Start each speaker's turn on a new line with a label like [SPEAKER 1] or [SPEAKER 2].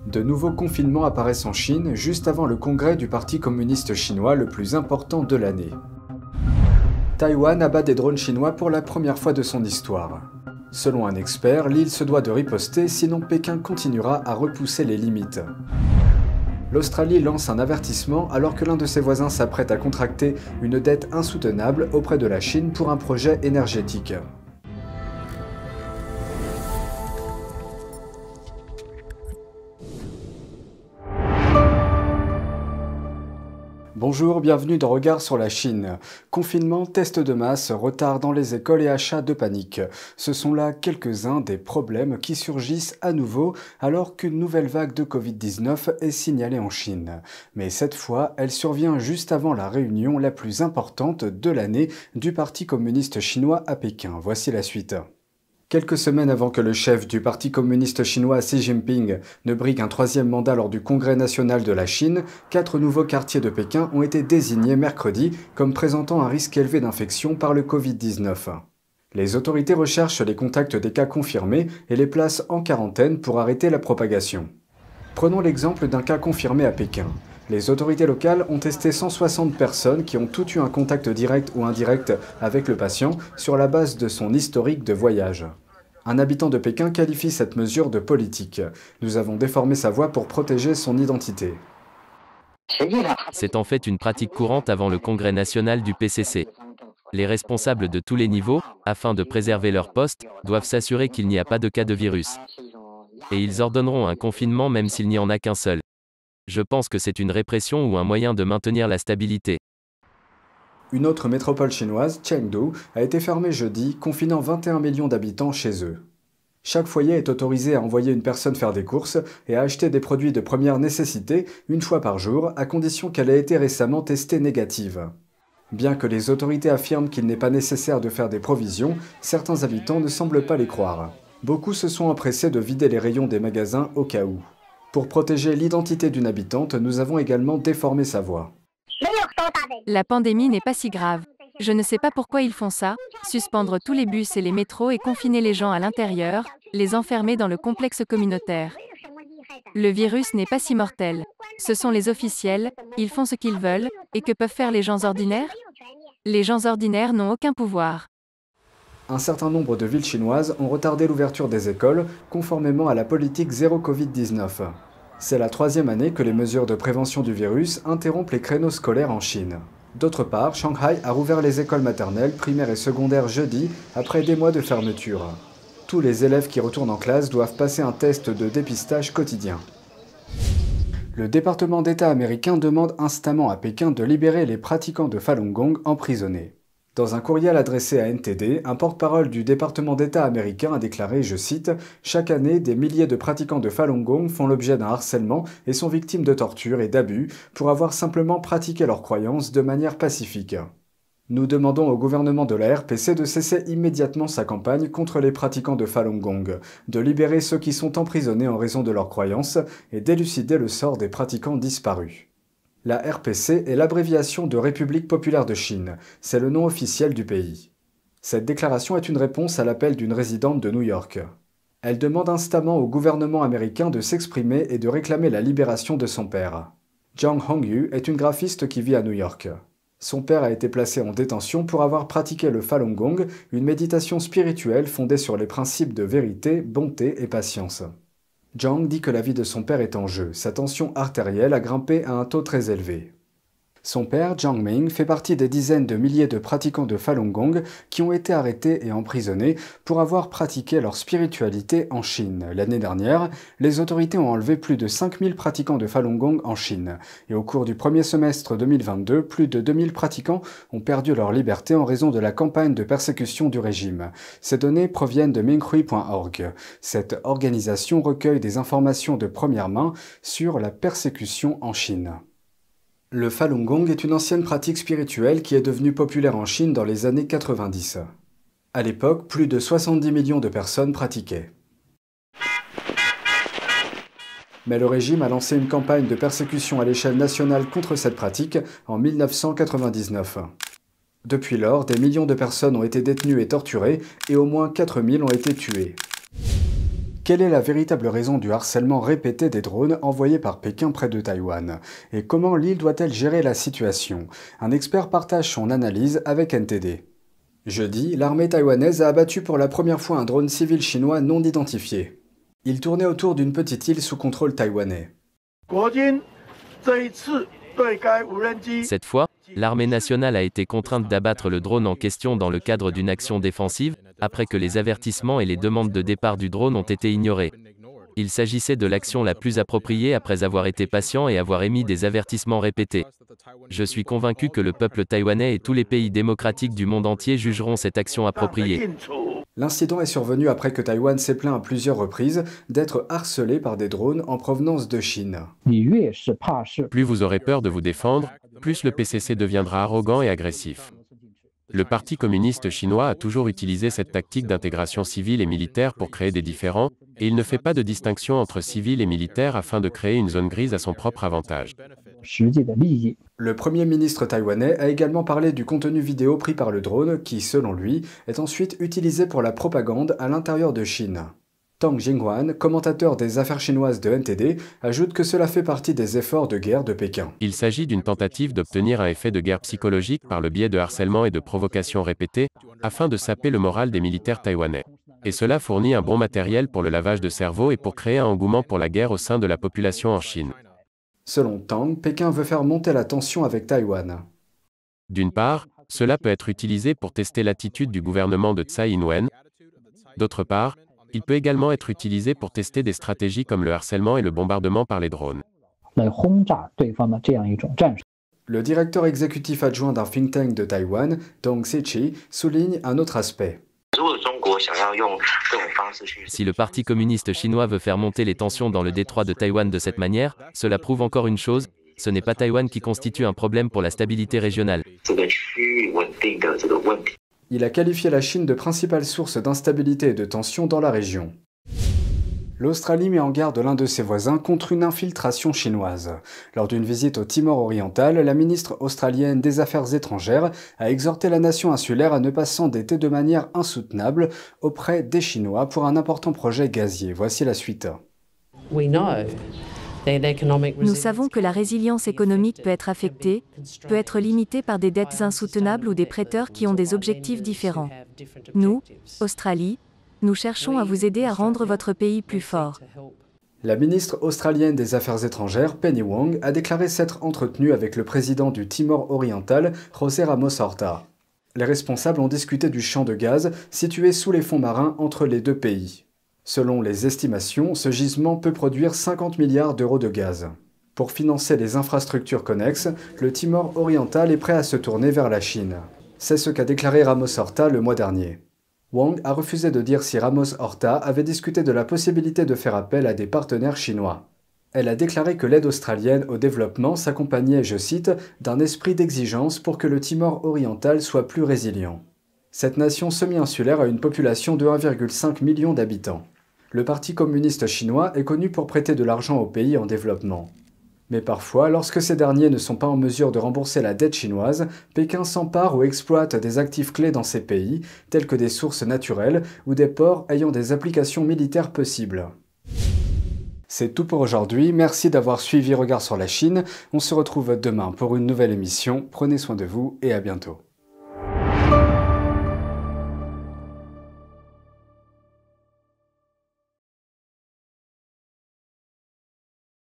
[SPEAKER 1] De nouveaux confinements apparaissent en Chine juste avant le congrès du Parti communiste chinois le plus important de l'année. Taïwan abat des drones chinois pour la première fois de son histoire. Selon un expert, l'île se doit de riposter, sinon Pékin continuera à repousser les limites. L'Australie lance un avertissement alors que l'un de ses voisins s'apprête à contracter une dette insoutenable auprès de la Chine pour un projet énergétique. Bonjour, bienvenue dans Regard sur la Chine. Confinement, tests de masse, retard dans les écoles et achats de panique. Ce sont là quelques-uns des problèmes qui surgissent à nouveau alors qu'une nouvelle vague de Covid-19 est signalée en Chine. Mais cette fois, elle survient juste avant la réunion la plus importante de l'année du Parti communiste chinois à Pékin. Voici la suite. Quelques semaines avant que le chef du Parti communiste chinois Xi Jinping ne brigue un troisième mandat lors du Congrès national de la Chine, 4 nouveaux quartiers de Pékin ont été désignés mercredi comme présentant un risque élevé d'infection par le Covid-19. Les autorités recherchent les contacts des cas confirmés et les placent en quarantaine pour arrêter la propagation. Prenons l'exemple d'un cas confirmé à Pékin. Les autorités locales ont testé 160 personnes qui ont toutes eu un contact direct ou indirect avec le patient sur la base de son historique de voyage. Un habitant de Pékin qualifie cette mesure de politique. Nous avons déformé sa voix pour protéger son identité.
[SPEAKER 2] C'est en fait une pratique courante avant le congrès national du PCC. Les responsables de tous les niveaux, afin de préserver leur poste, doivent s'assurer qu'il n'y a pas de cas de virus. Et ils ordonneront un confinement même s'il n'y en a qu'un seul. Je pense que c'est une répression ou un moyen de maintenir la stabilité.
[SPEAKER 1] Une autre métropole chinoise, Chengdu, a été fermée jeudi, confinant 21 millions d'habitants chez eux. Chaque foyer est autorisé à envoyer une personne faire des courses et à acheter des produits de première nécessité une fois par jour, à condition qu'elle ait été récemment testée négative. Bien que les autorités affirment qu'il n'est pas nécessaire de faire des provisions, certains habitants ne semblent pas les croire. Beaucoup se sont empressés de vider les rayons des magasins au cas où. Pour protéger l'identité d'une habitante, nous avons également déformé sa voix.
[SPEAKER 3] La pandémie n'est pas si grave. Je ne sais pas pourquoi ils font ça, suspendre tous les bus et les métros et confiner les gens à l'intérieur, les enfermer dans le complexe communautaire. Le virus n'est pas si mortel. Ce sont les officiels, ils font ce qu'ils veulent, et que peuvent faire les gens ordinaires? Les gens ordinaires n'ont aucun pouvoir.
[SPEAKER 1] Un certain nombre de villes chinoises ont retardé l'ouverture des écoles, conformément à la politique zéro Covid-19. C'est la 3e année que les mesures de prévention du virus interrompent les créneaux scolaires en Chine. D'autre part, Shanghai a rouvert les écoles maternelles, primaires et secondaires jeudi, après des mois de fermeture. Tous les élèves qui retournent en classe doivent passer un test de dépistage quotidien. Le département d'État américain demande instamment à Pékin de libérer les pratiquants de Falun Gong emprisonnés. Dans un courriel adressé à NTD, un porte-parole du département d'État américain a déclaré, je cite, « Chaque année, des milliers de pratiquants de Falun Gong font l'objet d'un harcèlement et sont victimes de tortures et d'abus pour avoir simplement pratiqué leurs croyances de manière pacifique. Nous demandons au gouvernement de la RPC de cesser immédiatement sa campagne contre les pratiquants de Falun Gong, de libérer ceux qui sont emprisonnés en raison de leurs croyances et d'élucider le sort des pratiquants disparus. » La RPC est l'abréviation de République populaire de Chine, c'est le nom officiel du pays. Cette déclaration est une réponse à l'appel d'une résidente de New York. Elle demande instamment au gouvernement américain de s'exprimer et de réclamer la libération de son père. Zhang Hongyu est une graphiste qui vit à New York. Son père a été placé en détention pour avoir pratiqué le Falun Gong, une méditation spirituelle fondée sur les principes de vérité, bonté et patience. Zhang dit que la vie de son père est en jeu. Sa tension artérielle a grimpé à un taux très élevé. Son père, Jiang Ming, fait partie des dizaines de milliers de pratiquants de Falun Gong qui ont été arrêtés et emprisonnés pour avoir pratiqué leur spiritualité en Chine. L'année dernière, les autorités ont enlevé plus de 5000 pratiquants de Falun Gong en Chine. Et au cours du premier semestre 2022, plus de 2000 pratiquants ont perdu leur liberté en raison de la campagne de persécution du régime. Ces données proviennent de Minghui.org. Cette organisation recueille des informations de première main sur la persécution en Chine. Le Falun Gong est une ancienne pratique spirituelle qui est devenue populaire en Chine dans les années 90. À l'époque, plus de 70 millions de personnes pratiquaient. Mais le régime a lancé une campagne de persécution à l'échelle nationale contre cette pratique en 1999. Depuis lors, des millions de personnes ont été détenues et torturées et au moins 4000 ont été tuées. Quelle est la véritable raison du harcèlement répété des drones envoyés par Pékin près de Taïwan? Et comment l'île doit-elle gérer la situation? Un expert partage son analyse avec NTD. Jeudi, l'armée taïwanaise a abattu pour la première fois un drone civil chinois non identifié. Il tournait autour d'une petite île sous contrôle taïwanais.
[SPEAKER 2] Cette fois, l'armée nationale a été contrainte d'abattre le drone en question dans le cadre d'une action défensive, après que les avertissements et les demandes de départ du drone ont été ignorés. Il s'agissait de l'action la plus appropriée après avoir été patient et avoir émis des avertissements répétés. Je suis convaincu que le peuple taïwanais et tous les pays démocratiques du monde entier jugeront cette action appropriée.
[SPEAKER 1] L'incident est survenu après que Taïwan s'est plaint à plusieurs reprises d'être harcelé par des drones en provenance de Chine.
[SPEAKER 4] Plus vous aurez peur de vous défendre, plus le PCC deviendra arrogant et agressif. Le Parti communiste chinois a toujours utilisé cette tactique d'intégration civile et militaire pour créer des différends, et il ne fait pas de distinction entre civils et militaires afin de créer une zone grise à son propre avantage.
[SPEAKER 1] Le Premier ministre taïwanais a également parlé du contenu vidéo pris par le drone qui, selon lui, est ensuite utilisé pour la propagande à l'intérieur de Chine. Tang Jinghuan, commentateur des affaires chinoises de NTD, ajoute que cela fait partie des efforts de guerre de Pékin.
[SPEAKER 4] Il s'agit d'une tentative d'obtenir un effet de guerre psychologique par le biais de harcèlement et de provocations répétées, afin de saper le moral des militaires taïwanais. Et cela fournit un bon matériel pour le lavage de cerveau et pour créer un engouement pour la guerre au sein de la population en Chine.
[SPEAKER 1] Selon Tang, Pékin veut faire monter la tension avec Taïwan.
[SPEAKER 4] D'une part, cela peut être utilisé pour tester l'attitude du gouvernement de Tsai Ing-wen. D'autre part, il peut également être utilisé pour tester des stratégies comme le harcèlement et le bombardement par les drones.
[SPEAKER 1] Le directeur exécutif adjoint d'un think tank de Taïwan, Dong Sichi, souligne un autre aspect.
[SPEAKER 2] Si le Parti communiste chinois veut faire monter les tensions dans le détroit de Taïwan de cette manière, cela prouve encore une chose, ce n'est pas Taïwan qui constitue un problème pour la stabilité régionale.
[SPEAKER 1] Il a qualifié la Chine de principale source d'instabilité et de tension dans la région. L'Australie met en garde l'un de ses voisins contre une infiltration chinoise. Lors d'une visite au Timor oriental, la ministre australienne des Affaires étrangères a exhorté la nation insulaire à ne pas s'endetter de manière insoutenable auprès des Chinois pour un important projet gazier. Voici la suite.
[SPEAKER 3] Nous savons que la résilience économique peut être affectée, peut être limitée par des dettes insoutenables ou des prêteurs qui ont des objectifs différents. Nous, Australie, nous cherchons à vous aider à rendre votre pays plus fort.
[SPEAKER 1] La ministre australienne des Affaires étrangères, Penny Wong, a déclaré s'être entretenue avec le président du Timor oriental, José Ramos Horta. Les responsables ont discuté du champ de gaz situé sous les fonds marins entre les deux pays. Selon les estimations, ce gisement peut produire 50 milliards d'euros de gaz. Pour financer les infrastructures connexes, le Timor oriental est prêt à se tourner vers la Chine. C'est ce qu'a déclaré Ramos Horta le mois dernier. Wang a refusé de dire si Ramos Horta avait discuté de la possibilité de faire appel à des partenaires chinois. Elle a déclaré que l'aide australienne au développement s'accompagnait, je cite, d'un esprit d'exigence pour que le Timor oriental soit plus résilient. Cette nation semi-insulaire a une population de 1,5 million d'habitants. Le Parti communiste chinois est connu pour prêter de l'argent aux pays en développement. Mais parfois, lorsque ces derniers ne sont pas en mesure de rembourser la dette chinoise, Pékin s'empare ou exploite des actifs clés dans ces pays, tels que des sources naturelles ou des ports ayant des applications militaires possibles. C'est tout pour aujourd'hui, merci d'avoir suivi Regard sur la Chine. On se retrouve demain pour une nouvelle émission. Prenez soin de vous et à bientôt.